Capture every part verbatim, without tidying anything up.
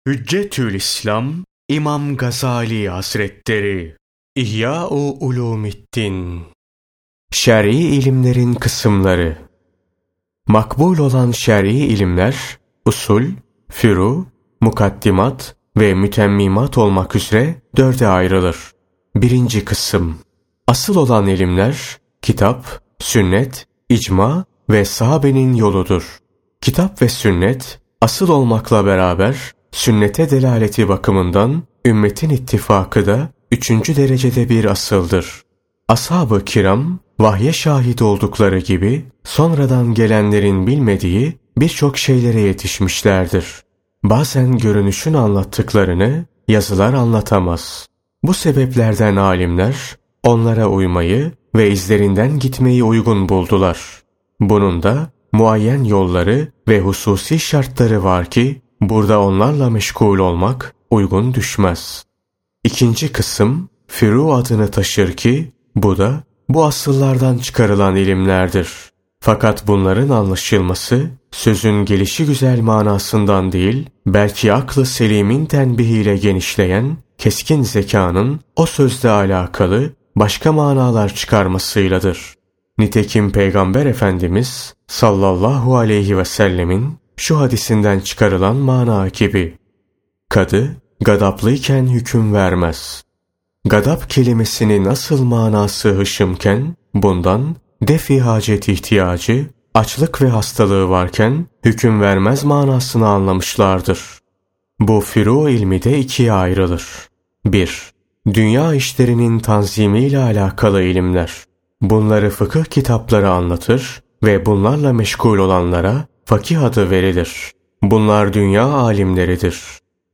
Hüccetül İslam İmam Gazali Hazretleri İhya-u Ulumiddin. Şer'i ilimlerin kısımları. Makbul olan şer'i ilimler, usul, furu, mukaddimat ve mütemmimat olmak üzere dörde ayrılır. Birinci kısım. Asıl olan ilimler, kitap, sünnet, icma ve sahabenin yoludur. Kitap ve sünnet, asıl olmakla beraber, sünnete delaleti bakımından ümmetin ittifakı da üçüncü derecede bir asıldır. Ashab-ı kiram, vahye şahit oldukları gibi sonradan gelenlerin bilmediği birçok şeylere yetişmişlerdir. Bazen görünüşün anlattıklarını yazılar anlatamaz. Bu sebeplerden alimler onlara uymayı ve izlerinden gitmeyi uygun buldular. Bunun da muayyen yolları ve hususi şartları var ki burada onlarla meşgul olmak uygun düşmez. İkinci kısım furu adını taşır ki bu da bu asıllardan çıkarılan ilimlerdir. Fakat bunların anlaşılması sözün gelişigüzel manasından değil, belki aklı selimin tenbihiyle genişleyen keskin zekanın o sözle alakalı başka manalar çıkarmasıyladır. Nitekim Peygamber Efendimiz sallallahu aleyhi ve sellemin şu hadisinden çıkarılan mana gibi: kadı gadaplıyken hüküm vermez. Gadap kelimesinin asıl manası hışımken bundan defi hacet ihtiyacı, açlık ve hastalığı varken hüküm vermez manasını anlamışlardır. Bu furu ilmi de ikiye ayrılır. bir. Dünya işlerinin tanzimiyle alakalı ilimler. Bunları fıkıh kitapları anlatır ve bunlarla meşgul olanlara fakih adı verilir. Bunlar dünya alimleridir.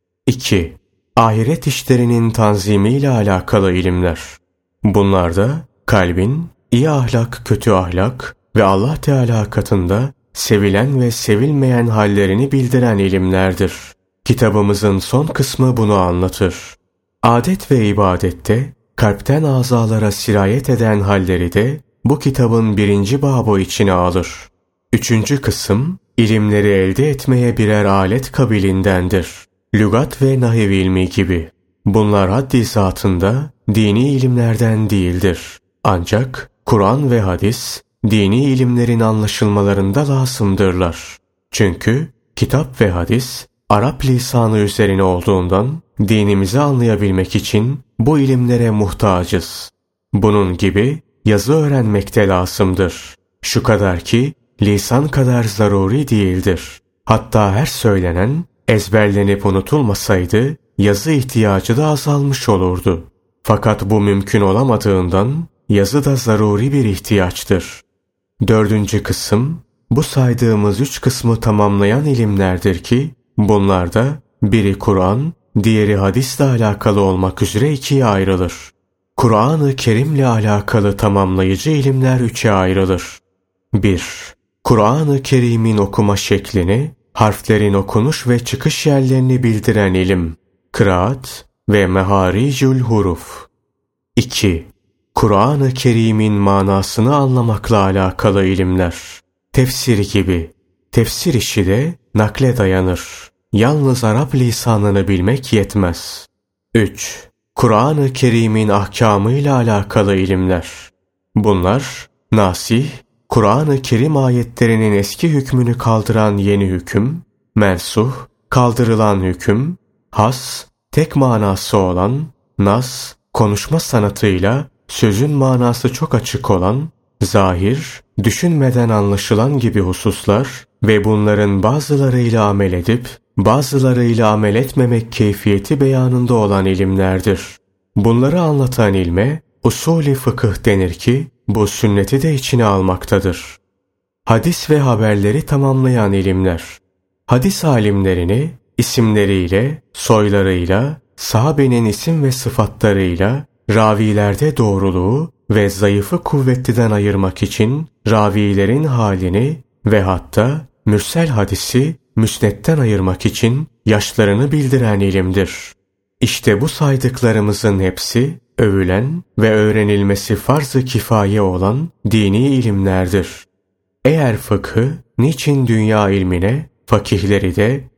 iki. Ahiret işlerinin tanzimiyle alakalı ilimler. Bunlar da kalbin iyi ahlak, kötü ahlak ve Allah Teala katında sevilen ve sevilmeyen hallerini bildiren ilimlerdir. Kitabımızın son kısmı bunu anlatır. Adet ve ibadette kalpten azalara sirayet eden halleri de bu kitabın birinci babı içine alır. Üçüncü kısım, ilimleri elde etmeye birer alet kabilindendir. Lügat ve nahiv ilmi gibi. Bunlar haddi zatında dini ilimlerden değildir. Ancak Kur'an ve hadis, dini ilimlerin anlaşılmalarında lazımdırlar. Çünkü kitap ve hadis, Arap lisanı üzerine olduğundan, dinimizi anlayabilmek için bu ilimlere muhtacız. Bunun gibi yazı öğrenmek de lazımdır. Şu kadar ki, lisan kadar zaruri değildir. Hatta her söylenen, ezberlenip unutulmasaydı, yazı ihtiyacı da azalmış olurdu. Fakat bu mümkün olamadığından, yazı da zaruri bir ihtiyaçtır. Dördüncü kısım, bu saydığımız üç kısmı tamamlayan ilimlerdir ki, bunlarda biri Kur'an, diğeri hadisle alakalı olmak üzere ikiye ayrılır. Kur'an-ı Kerim'le alakalı tamamlayıcı ilimler üçe ayrılır. bir. Kur'an-ı Kerim'in okuma şeklini, harflerin okunuş ve çıkış yerlerini bildiren ilim, kıraat ve meharicül huruf. iki. Kur'an-ı Kerim'in manasını anlamakla alakalı ilimler, tefsir gibi. Tefsir işi de nakle dayanır. Yalnız Arap lisanını bilmek yetmez. üç. Kur'an-ı Kerim'in ahkamıyla alakalı ilimler. Bunlar nasih, Kur'an-ı Kerim ayetlerinin eski hükmünü kaldıran yeni hüküm, mensuh, kaldırılan hüküm, has, tek manası olan, nas, konuşma sanatıyla sözün manası çok açık olan, zahir, düşünmeden anlaşılan gibi hususlar ve bunların bazılarıyla amel edip, bazılarıyla amel etmemek keyfiyeti beyanında olan ilimlerdir. Bunları anlatan ilme, usul-i fıkıh denir ki, bu sünneti de içine almaktadır. Hadis ve haberleri tamamlayan ilimler. Hadis alimlerini isimleriyle, soylarıyla, sahabenin isim ve sıfatlarıyla, ravilerde doğruluğu ve zayıfı kuvvetliden ayırmak için ravilerin halini ve hatta mürsel hadisi müsnetten ayırmak için yaşlarını bildiren ilimdir. İşte bu saydıklarımızın hepsi övülen ve öğrenilmesi farz-ı kifaye olan dini ilimlerdir. Eğer fıkhı niçin dünya ilmine, fakihleri de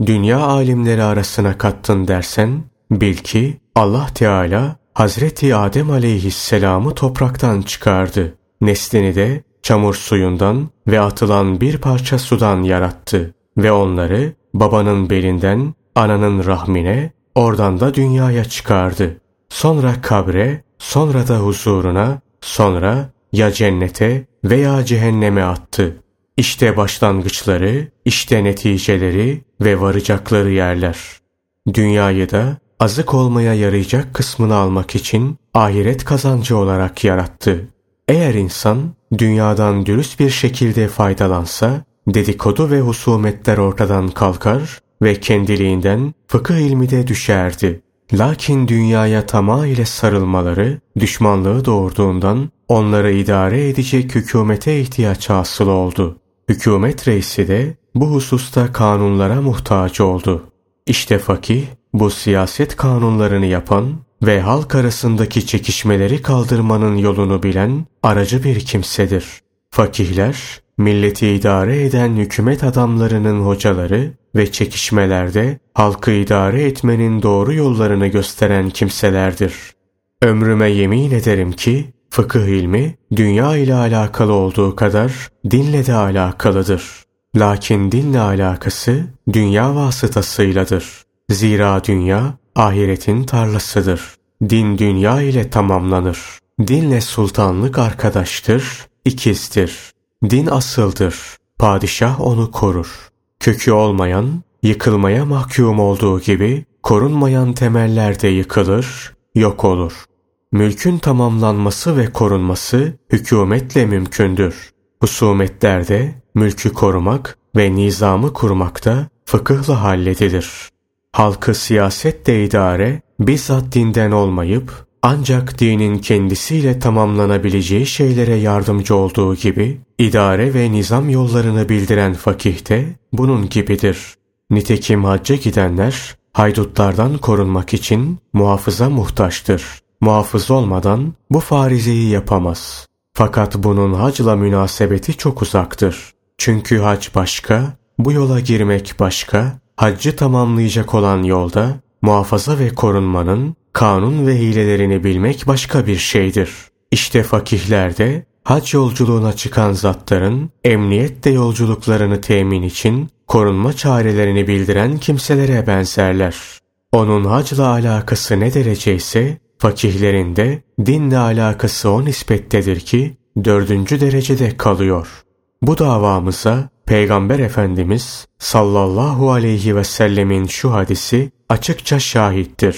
dünya alimleri arasına kattın dersen, bil ki Allah Teala Hazreti Adem aleyhisselamı topraktan çıkardı. Neslini de çamur suyundan ve atılan bir parça sudan yarattı. Ve onları babanın belinden ananın rahmine, oradan da dünyaya çıkardı. Sonra kabre, sonra da huzuruna, sonra ya cennete veya cehenneme attı. İşte başlangıçları, işte neticeleri ve varacakları yerler. Dünyayı da azık olmaya yarayacak kısmını almak için ahiret kazancı olarak yarattı. Eğer insan dünyadan dürüst bir şekilde faydalansa, dedikodu ve husumetler ortadan kalkar ve kendiliğinden fıkıh ilmi de düşerdi. Lakin dünyaya tamamıyla sarılmaları, düşmanlığı doğurduğundan onları idare edecek hükümete ihtiyaç hasıl oldu. Hükümet reisi de bu hususta kanunlara muhtaç oldu. İşte fakih, bu siyaset kanunlarını yapan ve halk arasındaki çekişmeleri kaldırmanın yolunu bilen aracı bir kimsedir. Fakihler, milleti idare eden hükümet adamlarının hocaları ve çekişmelerde halkı idare etmenin doğru yollarını gösteren kimselerdir. Ömrüme yemin ederim ki fıkıh ilmi dünya ile alakalı olduğu kadar dinle de alakalıdır. Lakin dinle alakası dünya vasıtasıyladır. Zira dünya ahiretin tarlasıdır. Din dünya ile tamamlanır. Dinle sultanlık arkadaştır, ikizdir. Din asıldır. Padişah onu korur. Kökü olmayan, yıkılmaya mahkum olduğu gibi korunmayan temeller de yıkılır, yok olur. Mülkün tamamlanması ve korunması hükümetle mümkündür. Husumetlerde mülkü korumak ve nizamı kurmak da fıkıhla halledilir. Halkı siyasetle idare bizzat dinden olmayıp ancak dinin kendisiyle tamamlanabileceği şeylere yardımcı olduğu gibi idare ve nizam yollarını bildiren fakih de bunun gibidir. Nitekim hacca gidenler haydutlardan korunmak için muhafıza muhtaçtır. Muhafız olmadan bu farizeyi yapamaz. Fakat bunun hacla münasebeti çok uzaktır. Çünkü hac başka, bu yola girmek başka, haccı tamamlayacak olan yolda muhafaza ve korunmanın kanun ve hilelerini bilmek başka bir şeydir. İşte fakihlerde hac yolculuğuna çıkan zatların emniyetle yolculuklarını temin için korunma çarelerini bildiren kimselere benzerler. Onun hacla alakası ne derece ise fakihlerin de dinle alakası o nispettedir ki dördüncü derecede kalıyor. Bu davamıza Peygamber Efendimiz sallallahu aleyhi ve sellemin şu hadisi açıkça şahittir.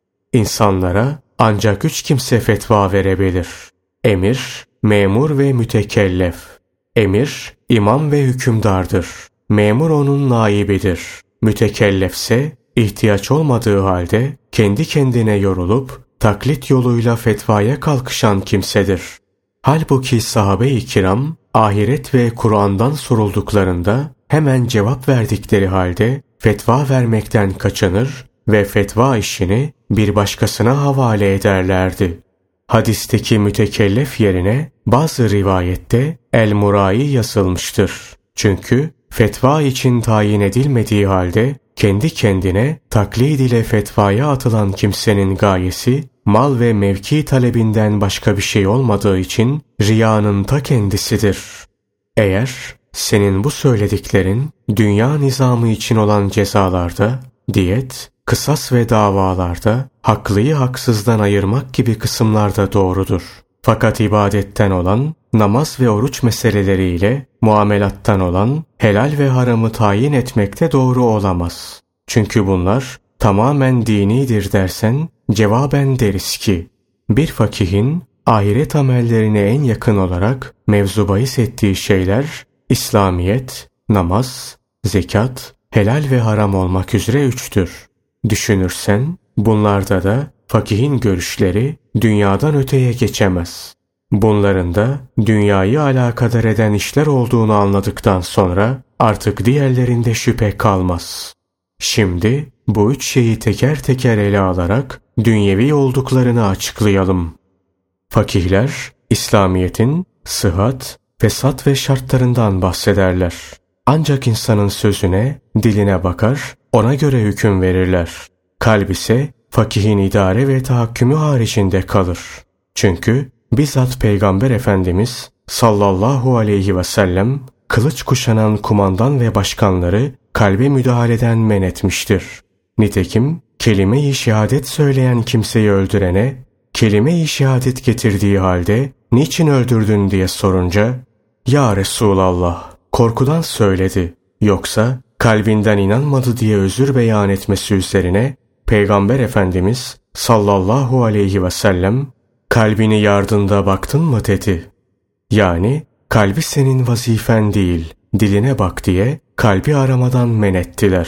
İnsanlara ancak üç kimse fetva verebilir. Emir, memur ve mütekellef. Emir, imam ve hükümdardır. Memur onun naibidir. Mütekellefse ihtiyaç olmadığı halde kendi kendine yorulup taklit yoluyla fetvaya kalkışan kimsedir. Halbuki sahabe-i kiram ahiret ve Kur'an'dan sorulduklarında hemen cevap verdikleri halde fetva vermekten kaçınır ve fetva işini bir başkasına havale ederlerdi. Hadisteki mütekellef yerine bazı rivayette el-murai yazılmıştır. Çünkü fetva için tayin edilmediği halde kendi kendine taklid ile fetvaya atılan kimsenin gayesi mal ve mevki talebinden başka bir şey olmadığı için riyanın ta kendisidir. Eğer senin bu söylediklerin dünya nizamı için olan cezalarda, diyet, kısas ve davalarda haklıyı haksızdan ayırmak gibi kısımlarda doğrudur. Fakat ibadetten olan namaz ve oruç meseleleriyle muamelattan olan helal ve haramı tayin etmekte doğru olamaz. Çünkü bunlar tamamen dinidir dersen cevaben deriz ki bir fakihin ahiret amellerine en yakın olarak mevzu bahis ettiği şeyler İslamiyet, namaz, zekat, helal ve haram olmak üzere üçtür. Düşünürsen bunlarda da fakihin görüşleri dünyadan öteye geçemez. Bunların da dünyayı alakadar eden işler olduğunu anladıktan sonra artık diğerlerinde şüphe kalmaz. Şimdi bu üç şeyi teker teker ele alarak dünyevi olduklarını açıklayalım. Fakihler İslamiyet'in sıhhat, fesat ve şartlarından bahsederler. Ancak insanın sözüne, diline bakar, ona göre hüküm verirler. Kalp ise fakihin idare ve tahakkümü haricinde kalır. Çünkü bizzat Peygamber Efendimiz sallallahu aleyhi ve sellem kılıç kuşanan kumandan ve başkanları kalbe müdahaleden men etmiştir. Nitekim kelime-i şehadet söyleyen kimseyi öldürene, kelime-i şehadet getirdiği halde niçin öldürdün diye sorunca, ya Resulallah korkudan söyledi, yoksa kalbinden inanmadı diye özür beyan etmesi üzerine Peygamber Efendimiz sallallahu aleyhi ve sellem kalbini yardığında baktın mı dedi. Yani kalbi senin vazifen değil, diline bak diye kalbi aramadan men ettiler.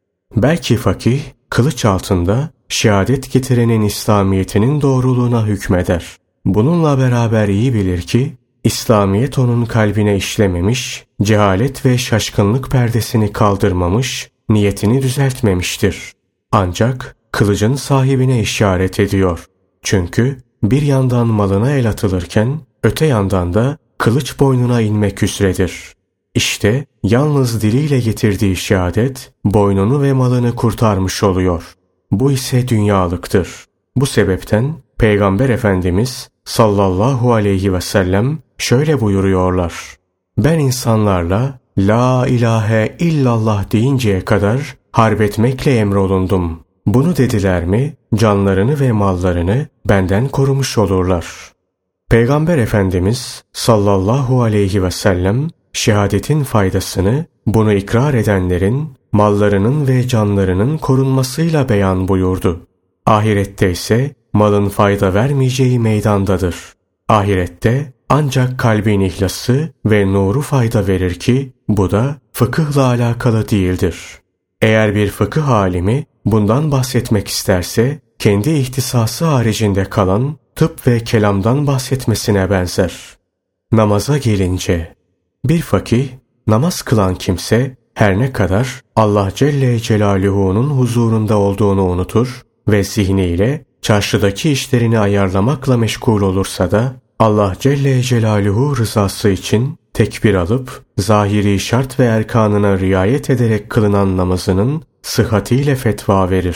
Belki fakih kılıç altında şehadet getirenin İslamiyetinin doğruluğuna hükmeder. Bununla beraber iyi bilir ki İslamiyet onun kalbine işlememiş, cehalet ve şaşkınlık perdesini kaldırmamış, niyetini düzeltmemiştir. Ancak kılıcın sahibine işaret ediyor. Çünkü bir yandan malına el atılırken öte yandan da kılıç boynuna inmek üzredir. İşte yalnız diliyle getirdiği şehadet boynunu ve malını kurtarmış oluyor. Bu ise dünyalıktır. Bu sebepten Peygamber Efendimiz sallallahu aleyhi ve sellem şöyle buyuruyorlar. Ben insanlarla la ilahe illallah deyinceye kadar harp etmekle emrolundum. Bunu dediler mi canlarını ve mallarını benden korumuş olurlar. Peygamber Efendimiz sallallahu aleyhi ve sellem şehadetin faydasını bunu ikrar edenlerin mallarının ve canlarının korunmasıyla beyan buyurdu. Ahirette ise malın fayda vermeyeceği meydandadır. Ahirette ancak kalbin ihlası ve nuru fayda verir ki bu da fıkıhla alakalı değildir. Eğer bir fıkıh alimi bundan bahsetmek isterse kendi ihtisası haricinde kalan tıp ve kelamdan bahsetmesine benzer. Namaza gelince bir fakih namaz kılan kimse her ne kadar Allah Celle Celaluhu'nun huzurunda olduğunu unutur ve zihniyle çarşıdaki işlerini ayarlamakla meşgul olursa da Allah Celle Celaluhu rızası için tekbir alıp zahiri şart ve erkanına riayet ederek kılınan namazının sıhhatiyle fetva verir.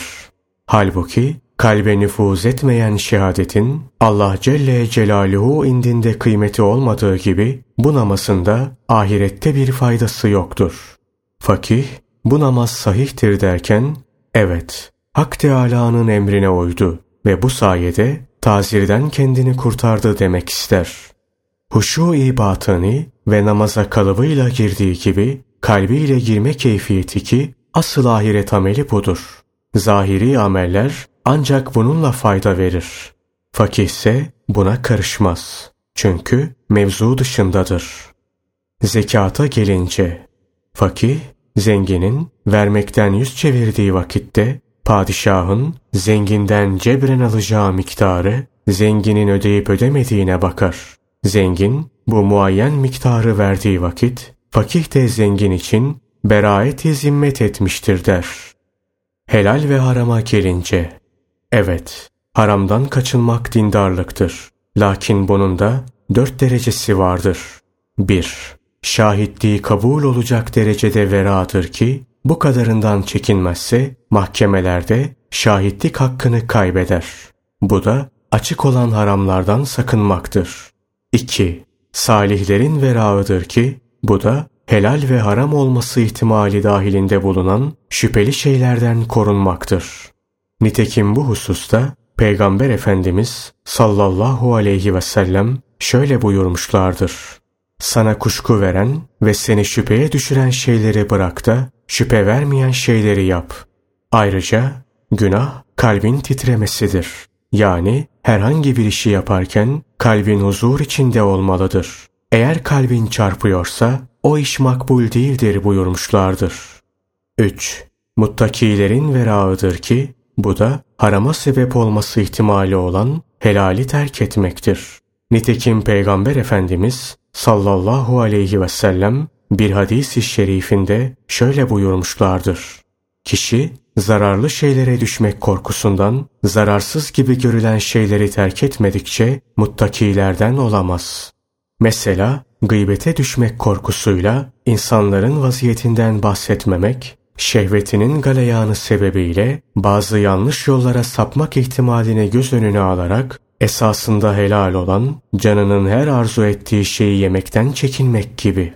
Halbuki kalbe nüfuz etmeyen şehadetin Allah Celle Celaluhu indinde kıymeti olmadığı gibi bu namazın da ahirette bir faydası yoktur. Fakih bu namaz sahihtir derken evet Hak Teâlâ'nın emrine uydu ve bu sayede tazirden kendini kurtardı demek ister. Huşu-i batını ve namaza kalıbıyla girdiği gibi kalbiyle girme keyfiyeti ki asıl ahiret ameli budur. Zahiri ameller ancak bununla fayda verir. Fakih ise buna karışmaz. Çünkü mevzu dışındadır. Zekata gelince fakih zenginin vermekten yüz çevirdiği vakitte padişahın zenginden cebren alacağı miktarı zenginin ödeyip ödemediğine bakar. Zengin bu muayyen miktarı verdiği vakit fakih de zengin için beraat-i zimmet etmiştir der. Helal ve harama gelince evet haramdan kaçınmak dindarlıktır. Lakin bunun da dört derecesi vardır. bir Şahitliği kabul olacak derecede veradır ki bu kadarından çekinmezse mahkemelerde şahitlik hakkını kaybeder. Bu da açık olan haramlardan sakınmaktır. iki Salihlerin verağıdır ki bu da helal ve haram olması ihtimali dahilinde bulunan şüpheli şeylerden korunmaktır. Nitekim bu hususta Peygamber Efendimiz sallallahu aleyhi ve sellem şöyle buyurmuşlardır. Sana kuşku veren ve seni şüpheye düşüren şeyleri bırak da şüphe vermeyen şeyleri yap. Ayrıca günah kalbin titremesidir. Yani herhangi bir işi yaparken kalbin huzur içinde olmalıdır. Eğer kalbin çarpıyorsa o iş makbul değildir buyurmuşlardır. üç Muttakilerin verağıdır ki bu da harama sebep olması ihtimali olan helali terk etmektir. Nitekim Peygamber Efendimiz sallallahu aleyhi ve sellem bir hadis-i şerifinde şöyle buyurmuşlardır. Kişi zararlı şeylere düşmek korkusundan zararsız gibi görülen şeyleri terk etmedikçe muttakilerden olamaz. Mesela gıybete düşmek korkusuyla insanların vaziyetinden bahsetmemek, şehvetinin galeyanı sebebiyle bazı yanlış yollara sapmak ihtimalini göz önüne alarak esasında helal olan, canının her arzu ettiği şeyi yemekten çekinmek gibi.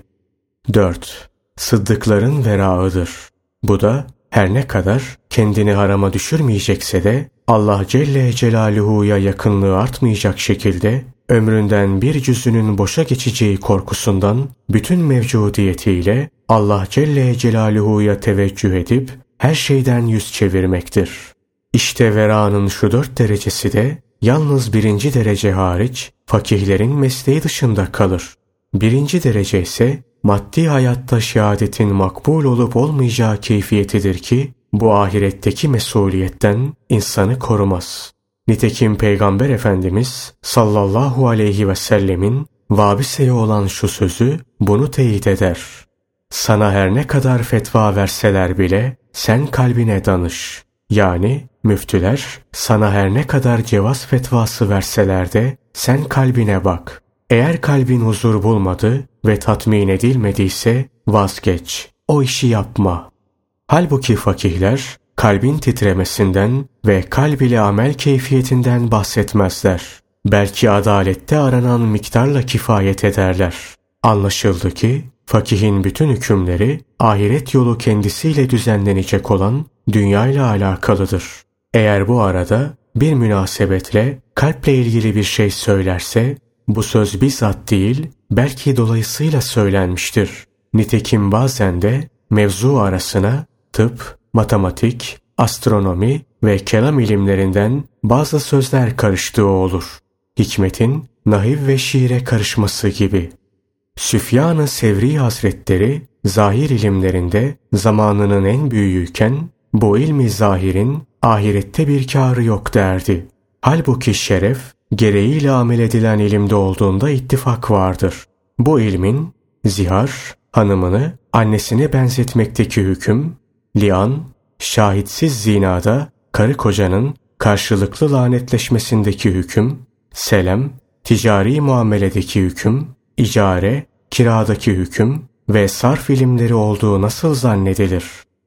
dört. Sıddıkların verağıdır. Bu da her ne kadar kendini harama düşürmeyecekse de Allah Celle Celaluhu'ya yakınlığı artmayacak şekilde ömründen bir cüzünün boşa geçeceği korkusundan bütün mevcudiyetiyle Allah Celle Celaluhu'ya teveccüh edip her şeyden yüz çevirmektir. İşte veranın şu dört derecesi de yalnız birinci derece hariç fakihlerin mesleği dışında kalır. Birinci derece ise maddi hayatta şehadetin makbul olup olmayacağı keyfiyetidir ki bu ahiretteki mesuliyetten insanı korumaz. Nitekim Peygamber Efendimiz sallallahu aleyhi ve sellemin Vabiseye olan şu sözü bunu teyit eder. Sana her ne kadar fetva verseler bile sen kalbine danış. Yani müftüler sana her ne kadar cevaz fetvası verseler de sen kalbine bak. Eğer kalbin huzur bulmadı ve tatmin edilmediyse vazgeç. O işi yapma. Halbuki fakihler kalbin titremesinden ve kalb ile amel keyfiyetinden bahsetmezler. Belki adalette aranan miktarla kifayet ederler. Anlaşıldı ki fakihin bütün hükümleri ahiret yolu kendisiyle düzenlenecek olan dünya ile alakalıdır. Eğer bu arada bir münasebetle kalple ilgili bir şey söylerse bu söz bizzat değil belki dolayısıyla söylenmiştir. Nitekim bazen de mevzu arasına tıp, matematik, astronomi ve kelam ilimlerinden bazı sözler karıştığı olur. Hikmetin nahiv ve şiire karışması gibi. Süfyan-ı Sevri Hazretleri zahir ilimlerinde zamanının en büyüğüyken bu ilmi zahirin ahirette bir kârı yok derdi. Halbuki şeref gereğiyle amel edilen ilimde olduğunda ittifak vardır. Bu ilmin zihar, hanımını annesine benzetmekteki hüküm, lian, şahitsiz zinada karı kocanın karşılıklı lanetleşmesindeki hüküm, selem, ticari muameledeki hüküm, icare, kiradaki hüküm ve sarf ilimleri olduğu nasıl zannedilir?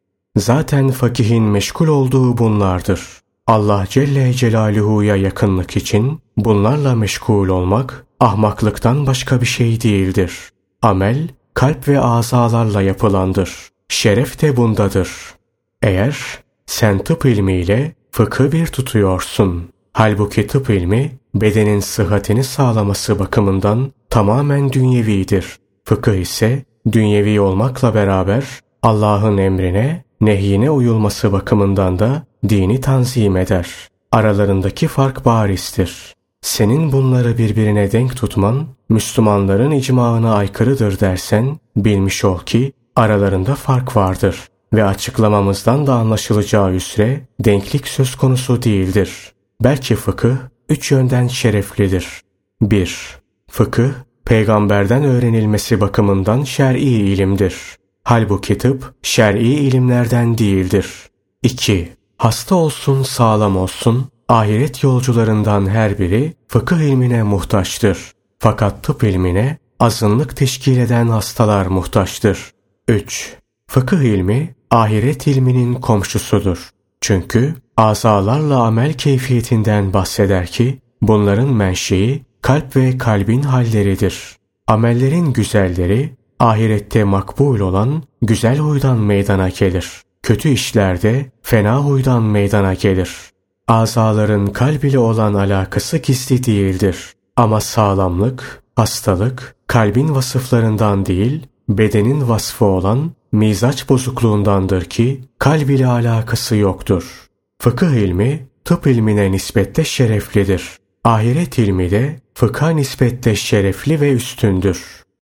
Zaten fakihin meşgul olduğu bunlardır. Allah Celle Celaluhu'ya yakınlık için bunlarla meşgul olmak ahmaklıktan başka bir şey değildir. Amel, kalp ve azalarla yapılandır. Şeref de bundadır. Eğer sen tıp ilmiyle fıkhı bir tutuyorsun, halbuki tıp ilmi bedenin sıhhatini sağlaması bakımından tamamen dünyevidir. Fıkıh ise dünyevi olmakla beraber Allah'ın emrine, nehyine uyulması bakımından da dini tanzim eder. Aralarındaki fark barizdir. Senin bunları birbirine denk tutman, Müslümanların icmaına aykırıdır dersen, bilmiş ol ki aralarında fark vardır ve açıklamamızdan da anlaşılacağı üzere denklik söz konusu değildir. Belki fıkıh üç yönden şereflidir. bir. Fıkıh, peygamberden öğrenilmesi bakımından şer'i ilimdir. Halbuki tıp, şer'i ilimlerden değildir. iki. Hasta olsun, sağlam olsun, ahiret yolcularından her biri fıkıh ilmine muhtaçtır. Fakat tıp ilmine azınlık teşkil eden hastalar muhtaçtır. üç. Fıkıh ilmi, ahiret ilminin komşusudur. Çünkü azalarla amel keyfiyetinden bahseder ki, bunların menşei kalp ve kalbin halleridir. Amellerin güzelleri, ahirette makbul olan güzel huydan meydana gelir. Kötü işlerde fena huydan meydana gelir. Azaların kalb ile olan alakası gizli değildir. Ama sağlamlık, hastalık, kalbin vasıflarından değil, bedenin vasfı olan mizaç bozukluğundandır ki kalb ile alakası yoktur. Fıkıh ilmi tıp ilmine nispetle şereflidir. Ahiret ilmi de fıkha nispetle şerefli ve üstündür.